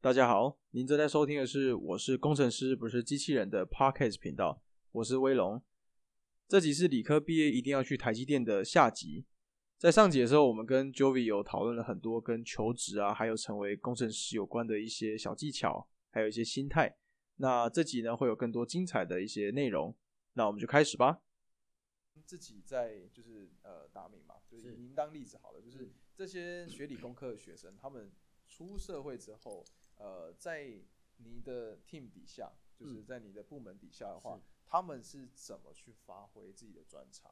大家好，您正在收听的是我是工程师不是机器人的 Podcast 频道，我是威龙。这集是理科毕业一定要去台积电的下集。在上集的时候，我们跟 Jovi 有讨论了很多跟求职啊，还有成为工程师有关的一些小技巧，还有一些心态。那这集呢会有更多精彩的一些内容，那我们就开始吧。自己在就是打名嘛，就是以您当例子好了，就是这些学理工科的学生，他们出社会之后，在你的 team 底下，就是在你的部门底下的话，他们是怎么去发挥自己的专长？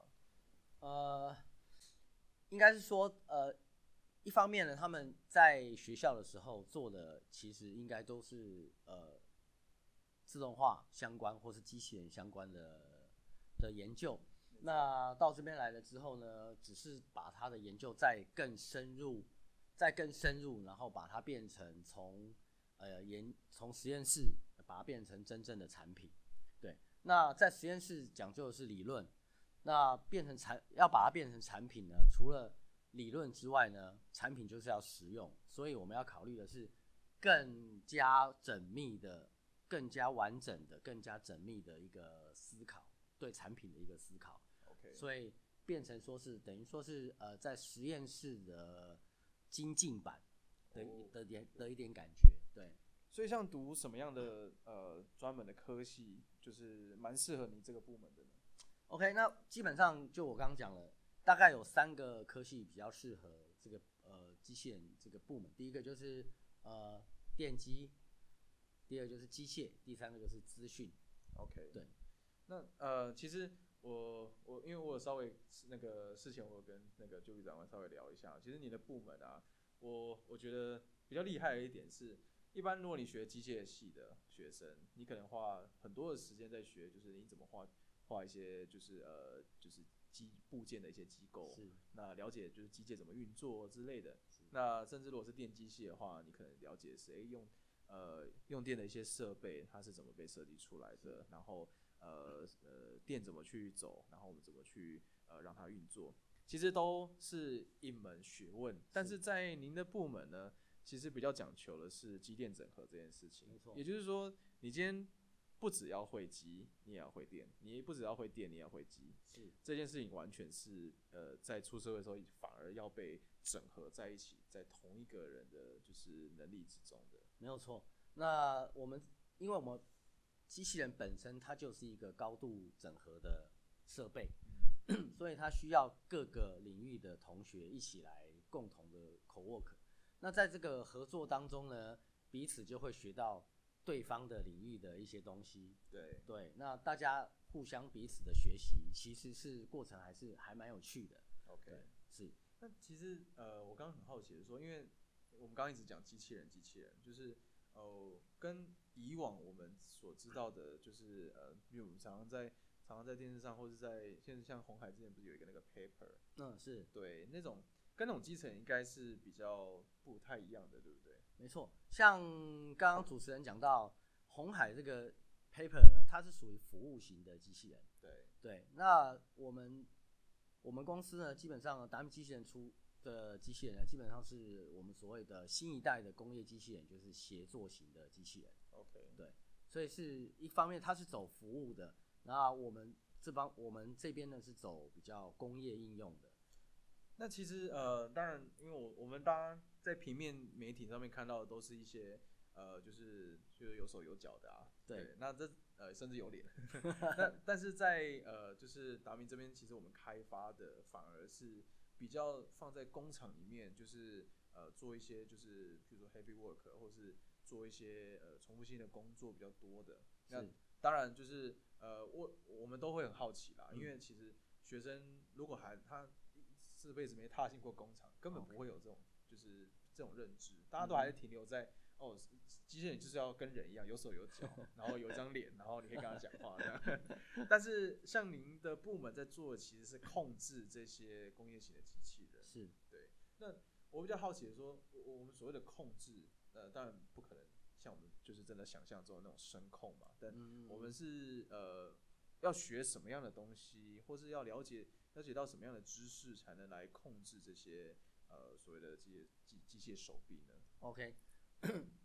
应该是说，一方面呢，他们在学校的时候做的其实应该都是自动化相关或是机器人相关的研究。那到这边来了之后呢，只是把他的研究再更深入，然后把它变成从实验室把它变成真正的产品。对，那在实验室讲究的是理论，那要把它变成产品呢，除了理论之外呢，产品就是要实用，所以我们要考虑的是更加缜密的、更加完整的、更加缜密的一个思考，对产品的一个思考。所以变成说是等于说是在实验室的精进版的一点感觉，对。 所以像读什么样的专门的科系，就是蛮适合你这个部门的呢？ OK， 那基本上就我刚刚讲了，大概有3个科系比较适合这个机器人这个部门。第一个就是电机，第二个就是机械，第3个就是资讯。 OK， 对。 那其实我因为我有稍微那个事前我有跟那个就局长稍微聊一下，其实你的部门啊，我觉得比较厉害的一点是，一般如果你学机械系的学生，你可能花很多的时间在学，就是你怎么画一些就是机部件的一些机构，那了解就是机械怎么运作之类的。那甚至如果是电机系的话，你可能了解是用电的一些设备它是怎么被设计出来的，然后电怎么去走，然后我们怎么去让它运作，其实都是一门学问。但是在您的部门呢，其实比较讲求的是机电整合这件事情。也就是说，你今天不只要会机，你也要会电；你不只要会电，你也要会机。这件事情完全是在出社会的时候反而要被整合在一起，在同一个人的就是能力之中的。 没有错。那因为我们机器人本身它就是一个高度整合的设备，所以它需要各个领域的同学一起来共同的 co-work。那在这个合作当中呢，彼此就会学到对方的领域的一些东西。对，那大家互相彼此的学习，其实是过程还蛮有趣的。 OK， 是。 那其实我刚刚很好奇的说，因为我们刚刚一直讲机器人，就是跟以往我们所知道的，就是因为我们常常在电视上，或是在像鸿海之前不是有一个那个 paper， 是对，跟那种基层应该是比较不太一样的，对不对？ 没错，像刚刚主持人讲到鸿海这个 paper 呢，它是属于服务型的机器人。对，那我们公司呢，基本上达米机器人出的机器人呢，基本上是我们所谓的新一代的工业机器人，就是协作型的机器人。 OK， 对，所以是一方面它是走服务的，那我们这边呢是走比较工业应用的。 那其实当然，因为我们大家在平面媒体上面看到的都是一些就是有手有脚的啊，对，那这甚至有脸。但是在就是达明这边，其实我们开发的反而是比较放在工厂里面，就是做一些就是比如说 heavy work， 或是做一些重复性的工作比较多的。那当然就是我们都会很好奇啦，因为其实学生如果他这辈子没踏进过工厂，根本不会有就是这种认知，大家都还是停留在机器人就是要跟人一样有手有脚，然后有一张脸，然后你可以跟他讲话这样。但是像您的部门在做的其实是控制这些工业型的机器人，对。那我比较好奇的说，我们所谓的控制，当然不可能像我们就是真的想象中的那种声控嘛，但我们是要学什么样的东西，或是要了解到什么样的知识，才能来控制这些所谓的机械手臂呢？ OK，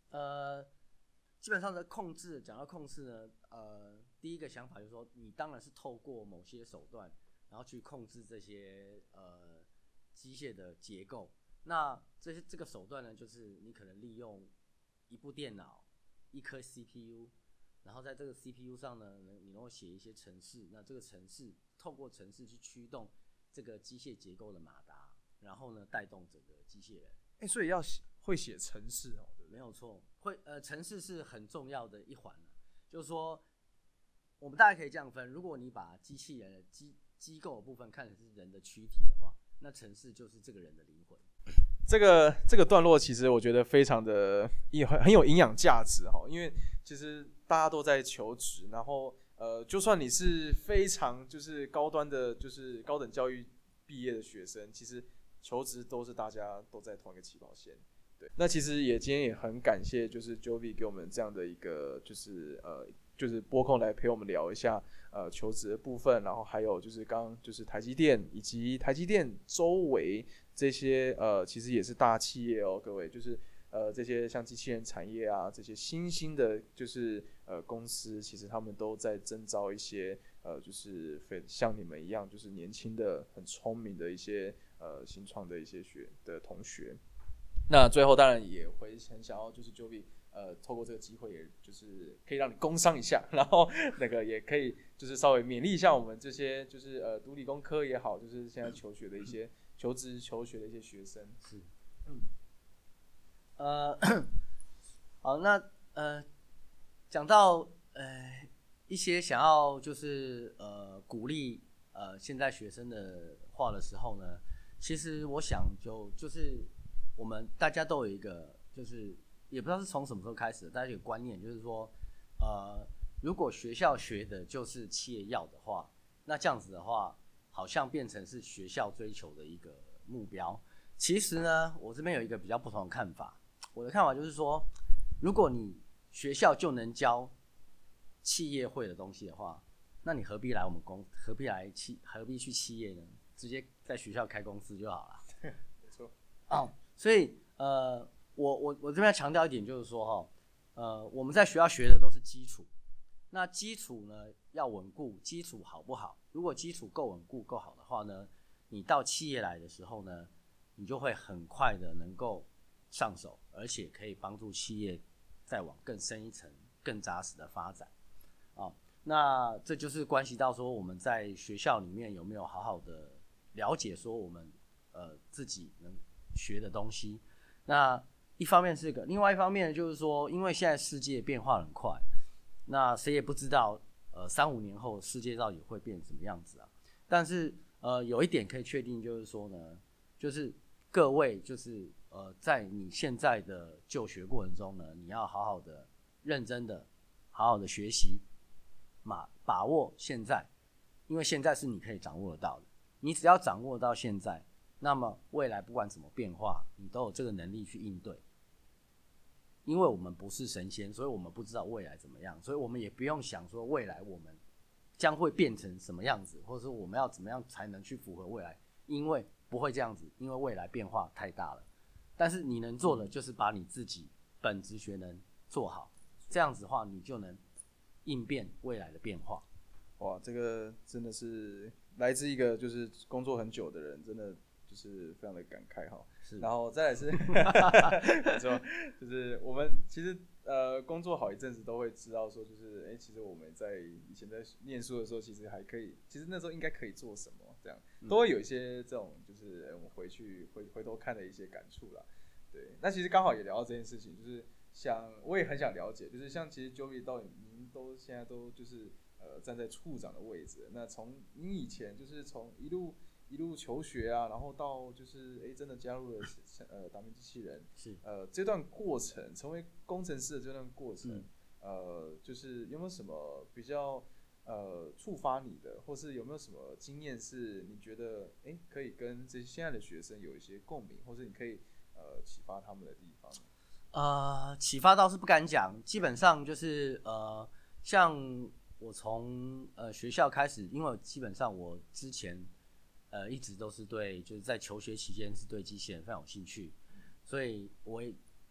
基本上的控制，讲到控制呢，第一个想法就是说，你当然是透过某些手段，然后去控制这些机械的结构。那这个手段呢，就是你可能利用一部电脑、一颗 CPU， 然后在这个 CPU 上呢，你能够写一些程式，那这个程式透过程式去驱动这个机械结构的马达，然后呢带动整个机械人。 所以要会写程式哦，对不对？ 没有错，程式是很重要的一环，就是说，我们大概可以这样分：如果你把机器人的机构的部分看成是人的躯体的话，那程式就是这个人的灵魂。 这个段落其实我觉得非常的很有营养价值哈，因为其实大家都在求职，然后就算你是非常就是高端的，就是高等教育毕业的学生，其实求职都是大家都在同一个起跑线。对，那其实今天也很感谢就是 Jovi 给我们这样的一个就是拨空来陪我们聊一下求职的部分，然后还有就是刚刚就是台积电以及台积电周围这些其实也是大企业哦，各位就是这些像机器人产业啊，这些新兴的就是公司，其实他们都在征召一些就是像你们一样就是年轻的很聪明的一些新创的一些同学。那最后当然也会很想要就是 Jovi 透过这个机会，也就是可以让你工商一下，然后那个也可以就是稍微勉励一下我们这些就是读理工科也好，就是现在求学的一些求职求学的一些学生。 是，好，那讲到一些想要就是鼓励现在学生的话的时候呢，其实我想就是我们大家都有一个就是也不知道是从什么时候开始的，大家有个观念就是说如果学校学的就是企业要的话，那这样子的话好像变成是学校追求的一个目标。其实呢，我这边有一个比较不同的看法。我的看法就是说，如果你学校就能教企业会的东西的话，那你何必来我们何必去企业呢？直接在学校开公司就好了。 没错。 所以我这边要强调一点就是说我们在学校学的都是基础。那基础呢要稳固，基础好不好？如果基础够稳固够好的话呢，你到企业来的时候呢，你就会很快的能够上手，而且可以帮助企业再往更深一层、更扎实的发展。那这就是关系到说我们在学校里面有没有好好的了解说我们自己能学的东西。那一方面是这个，另外一方面就是说，因为现在世界变化很快，那谁也不知道3-5年后世界到底会变成什么样子啊。但是有一点可以确定就是说呢，就是各位就是在你现在的就学过程中呢，你要好好的认真的好好的学习，把握现在，因为现在是你可以掌握得到的。你只要掌握到现在，那么未来不管怎么变化，你都有这个能力去应对。因为我们不是神仙，所以我们不知道未来怎么样，所以我们也不用想说未来我们将会变成什么样子，或者说我们要怎么样才能去符合未来，因为不会这样子，因为未来变化太大了。但是你能做的就是把你自己本职学能做好，这样子的话你就能应变未来的变化。 哇，这个真的是来自一个就是工作很久的人，真的就是非常的感慨哈。然后再来是，没错，就是我们其实工作好一阵子都会知道说，就是其实我们以前在念书的时候，其实还可以，其实那时候应该可以做什么，这样都会有一些这种就是我们回头看的一些感触啦。对，那其实刚好也聊到这件事情，就是我也很想了解，就是像其实 Jovi 到您都现在都就是站在处长的位置，那从您以前就是从一路求学啊，然后到就是真的加入了达明机器人， 是这段过程成为工程师的这段过程，就是有没有什么比较触发你的，或是有没有什么经验是你觉得可以跟这现在的学生有一些共鸣，或是你可以启发他们的地方？ 启发倒是不敢讲，基本上就是像我从学校开始，因为基本上我之前一直都是就是在求学期间是对机器人非常有兴趣，所以我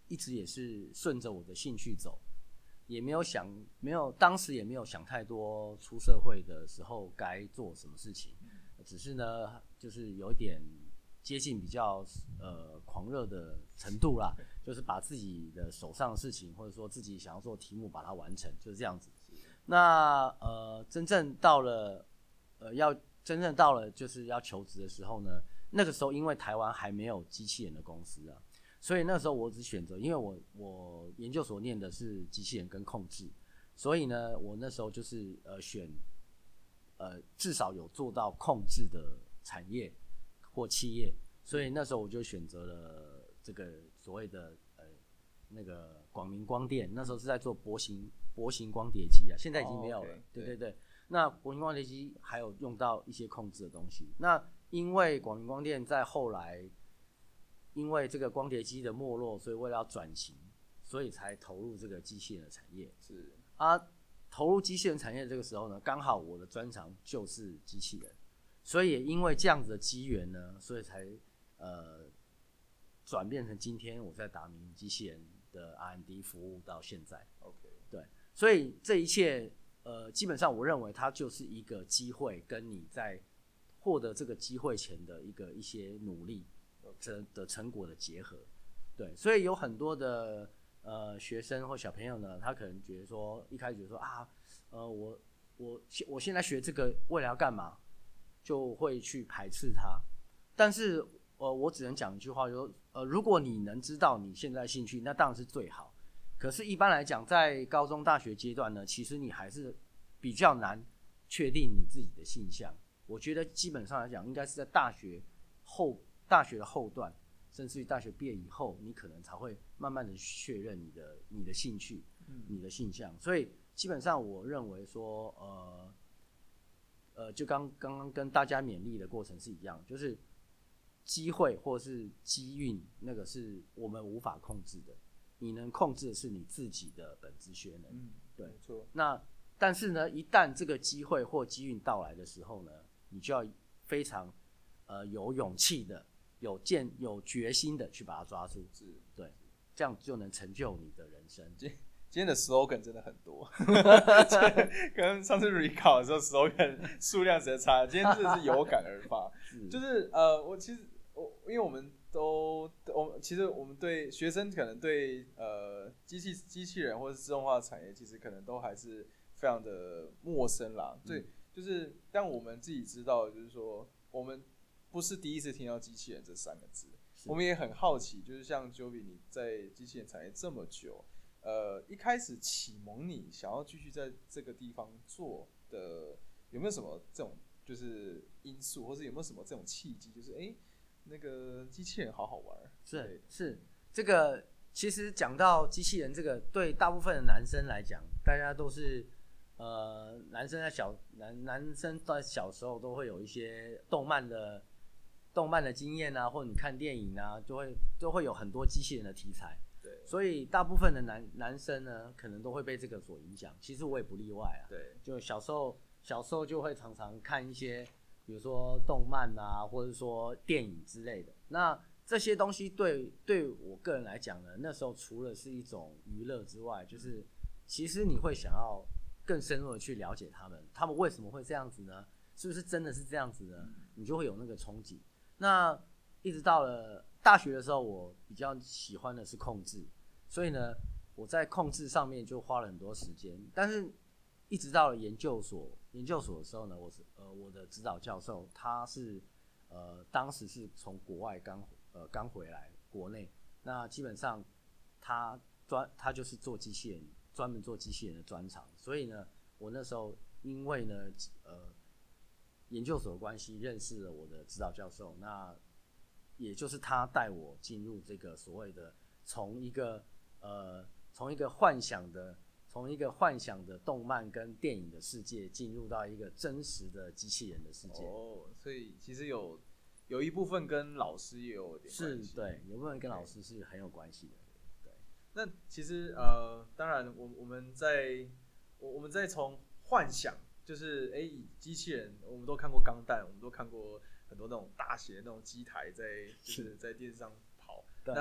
一直也是顺着我的兴趣走，也当时也没有想太多出社会的时候该做什么事情，只是呢就是有一点接近比较狂热的程度啦，就是把自己的手上的事情或者说自己想要做的题目把它完成，就是这样子。那真正到了就是要求职的时候呢，那个时候因为台湾还没有机器人的公司啊，所以那时候我只选择，因为我研究所念的是机器人跟控制，所以呢我那时候就是选至少有做到控制的产业或企业，所以那时候我就选择了这个所谓的那个广明光电，那时候是在做薄型光碟机啊，现在已经没有了。对。那薄型光碟机还有用到一些控制的东西。那因为广明光电在后来，因为这个光碟机的没落，所以为了要转型，所以才投入这个机器人的产业。 是啊，投入机器人产业这个时候呢，刚好我的专长就是机器人，所以也因为这样子的机缘呢，所以才转变成今天我在达明机器人的 R&D 服务到现在。 OK， 对，所以这一切基本上我认为它就是一个机会，跟你在获得这个机会前的一些努力的成果的结合。对，所以有很多的学生或小朋友呢，他可能觉得说，一开始觉得说啊，我现在学这个为了要干嘛，就会去排斥它。但是我只能讲一句话，就是如果你能知道你现在兴趣，那当然是最好。可是一般来讲，在高中大学阶段呢，其实你还是比较难确定你自己的性向。我觉得基本上来讲，应该是在大学的后段，甚至于大学毕业以后，你可能才会慢慢的确认你的兴趣，你的性向。所以基本上我认为说，就刚刚跟大家勉励的过程是一样，就是机会或是机运，那个是我们无法控制的。你能控制的是你自己的本质学能，对， 没错。 那但是呢，一旦这个机会或机运到来的时候呢，你就要非常有勇气的、有决心的去把它抓住，对，这样就能成就你的人生。 今天的 slogan 真的很多，跟上次 recall 的时候 slogan 数量实在差，今天真的是有感而发。就是因为我们其实我们对学生可能对机器人或者是自动化产业，其实可能都还是非常的陌生啦。对，就是但我们自己知道，就是说我们不是第一次听到机器人这3个字，我们也很好奇，就是像 Jovi 你在机器人产业这么久，一开始启蒙你想要继续在这个地方做的，有没有什么这种就是因素，或是有没有什么这种契机，就是那个机器人好好玩？ 是这个，其实讲到机器人这个，对大部分的男生来讲，大家都是男生在小时候都会有一些动漫的经验啊，或者你看电影啊，都会有很多机器人的题材。 对， 所以大部分的男生呢，可能都会被这个所影响。其实我也不例外啊。 对， 就小时候就会常常看一些，比如说动漫啊，或者说电影之类的。那这些东西对我个人来讲呢，那时候除了是一种娱乐之外，就是其实你会想要更深入的去了解他们为什么会这样子呢？是不是真的是这样子呢？你就会有那个憧憬。那一直到了大学的时候，我比较喜欢的是控制，所以呢，我在控制上面就花了很多时间。但是，一直到了研究所的时候呢，我的指导教授他是当时是从国外刚回来国内，那基本上他就是做机器人，专门做机器人的专长。所以呢，我那时候因为呢研究所的关系认识了我的指导教授，那也就是他带我进入这个所谓的从一个幻想的动漫跟电影的世界，进入到一个真实的机器人的世界。 所以其实有一部分跟老师也有点关系。 是，对，有部分跟老师是很有关系的。对， 那其实当然我们在从幻想，就是以机器人，我们都看过钢弹，我们都看过很多那种大型的那种机台就是在电视上跑。那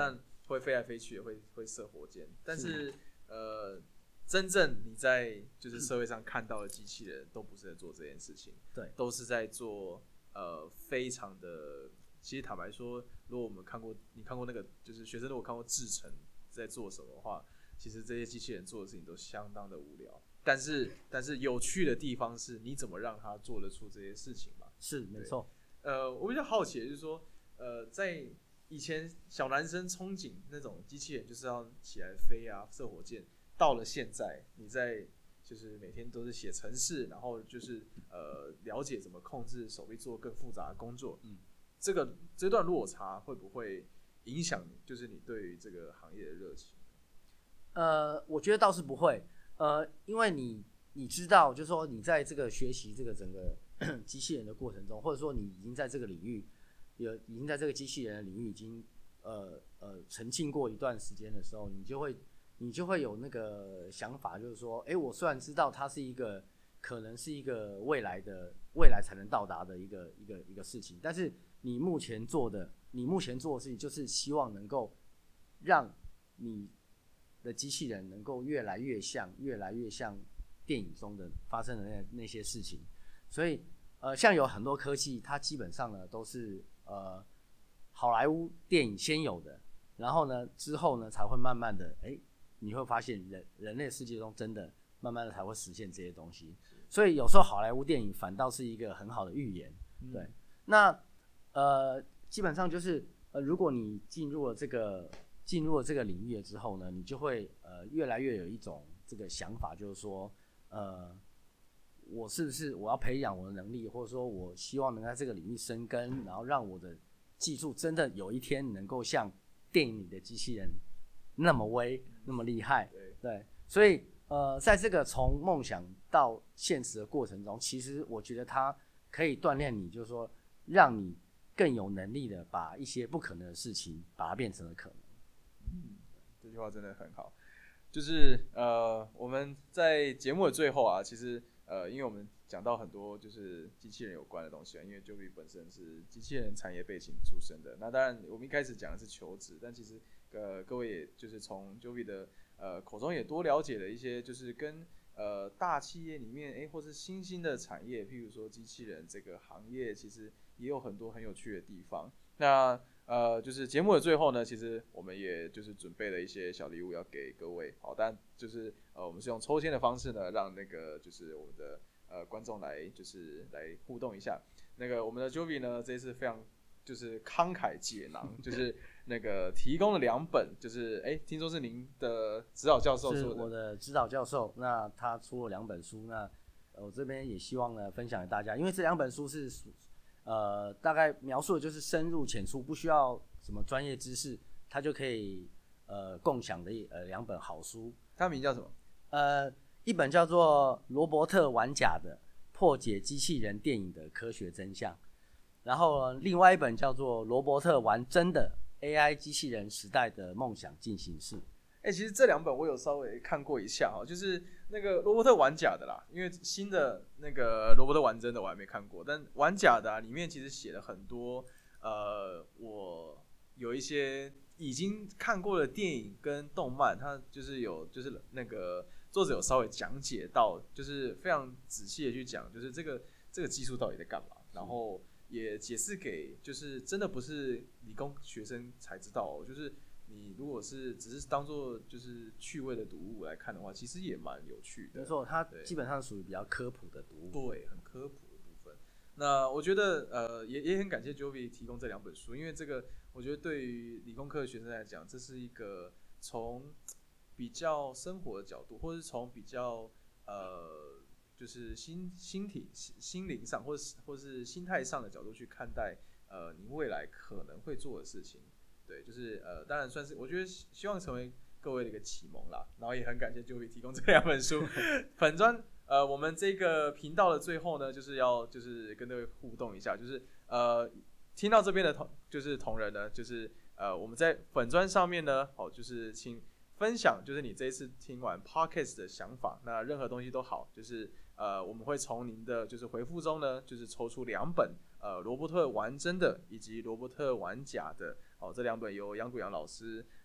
会飞来飞去的，会射火箭，但是真正你在就是社会上看到的机器人都不是在做这件事情， 对， 都是在做非常的，其实坦白说，如果我们你看过那个就是学生如果看过制程在做什么的话，其实这些机器人做的事情都相当的无聊，但是有趣的地方是你怎么让它做得出这些事情嘛？ 是没错。 我比较好奇的就是说，在以前小男生憧憬那种机器人就是要起来飞啊，射火箭，到了现在，你在就是每天都是写程式，然后就是了解怎么控制手臂做更复杂的工作，这段落差会不会影响就是你对于这个行业的热情？ 我觉得倒是不会，因为你知道，就是说你在这个学习这个整个机器人的过程中，或者说你已经在这个领域，已经在这个机器人的领域已经沉浸过一段时间的时候，你就会有那个想法，就是说，我虽然知道它是一个可能是一个未来才能到达的一个事情，但是你目前做的事情就是希望能够让你的机器人能够越来越像电影中的发生的那些事情，所以像有很多科技，它基本上呢都是好莱坞电影先有的，然后呢之后呢才会慢慢的你会发现人类世界中真的慢慢的才会实现这些东西，所以有时候好莱坞电影反倒是一个很好的预言。对，那基本上就是如果你进入了这个领域了之后呢，你就会越来越有一种这个想法，就是说我是不是我要培养我的能力，或者说我希望能在这个领域生根，然后让我的技术真的有一天能够像电影里的机器人那么威那么厉害。对，所以在这个从梦想到现实的过程中，其实我觉得它可以锻炼你，就是说让你更有能力的把一些不可能的事情把它变成了可能。 这句话真的很好。就是我们在节目的最后啊，其实因为我们讲到很多就是机器人有关的东西啊，因为 Jovi 本身是机器人产业背景出身的，那当然我们一开始讲的是求职，但其实各位也就是从 Jovi 的口中也多了解了一些，就是跟大企业里面或是新兴的产业，譬如说机器人这个行业，其实也有很多很有趣的地方。那就是节目的最后呢，其实我们也就是准备了一些小礼物要给各位，好，但就是我们是用抽签的方式呢，让那个就是我们的观众来就是来互动一下。那个我们的 Jovi 呢，这一次非常就是慷慨解囊，就是那个提供了2本，就是听说是您的指导教授说的， 是我的指导教授，那他出了2本书，那我这边也希望呢分享给大家，因为这2本书是大概描述的就是深入浅出，不需要什么专业知识，它就可以共享的2本好书。 它名叫什么？ 一本叫做罗伯特玩假的破解机器人电影的科学真相，然后另外一本叫做罗伯特玩真的 AI 机器人时代的梦想进行式。 其实这2本我有稍微看过一下哈，就是那个罗伯特玩假的啦，因为新的那个罗伯特玩真的我还没看过，但玩假的里面其实写了很多我有一些已经看过的电影跟动漫，它就是就是那个作者有稍微讲解到，就是非常仔细的去讲，就是这个技术到底在干嘛，然后也解释给就是真的不是理工学生才知道就是你如果是只是当做就是趣味的读物来看的话，其实也蛮有趣的。 没错，它基本上属于比较科普的读物。 对，很科普的部分。那我觉得也很感谢 Jovi 提供这2本书，因为这个我觉得对于理工科的学生来讲，这是一个从比较生活的角度，或是从比较就是心灵上，或是心态上的角度去看待你未来可能会做的事情。对，就是当然算是我觉得希望成为各位的一个启蒙啦，然后也很感谢 Jovi 提供这2本书。粉专我们这个频道的最后呢，就是要就是跟各位互动一下，就是听到这边的同仁呢，就是我们在粉专上面呢，就是请分享就是你这一次听完 Podcast 的想法，那任何东西都好，就是我们会从您的就是回复中呢，就是抽出2本罗伯特玩真的以及罗伯特玩假的。这2本由杨古阳老师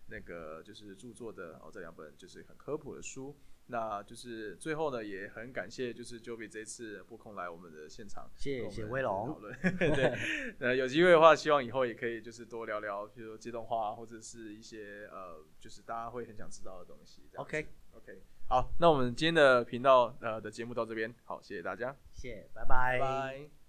那个就是著作的这2本就是很科普的书。那就是最后呢，也很感谢就是 Joby 这次拨空来我们的现场， 谢谢威龙讨论。对，有机会的话，希望以后也可以就是多聊聊，比如说自动化或者是一些就是大家会很想知道的东西。OK， 好，那我们今天的频道的节目到这边，好，谢谢大家， 谢谢，拜拜。 拜拜。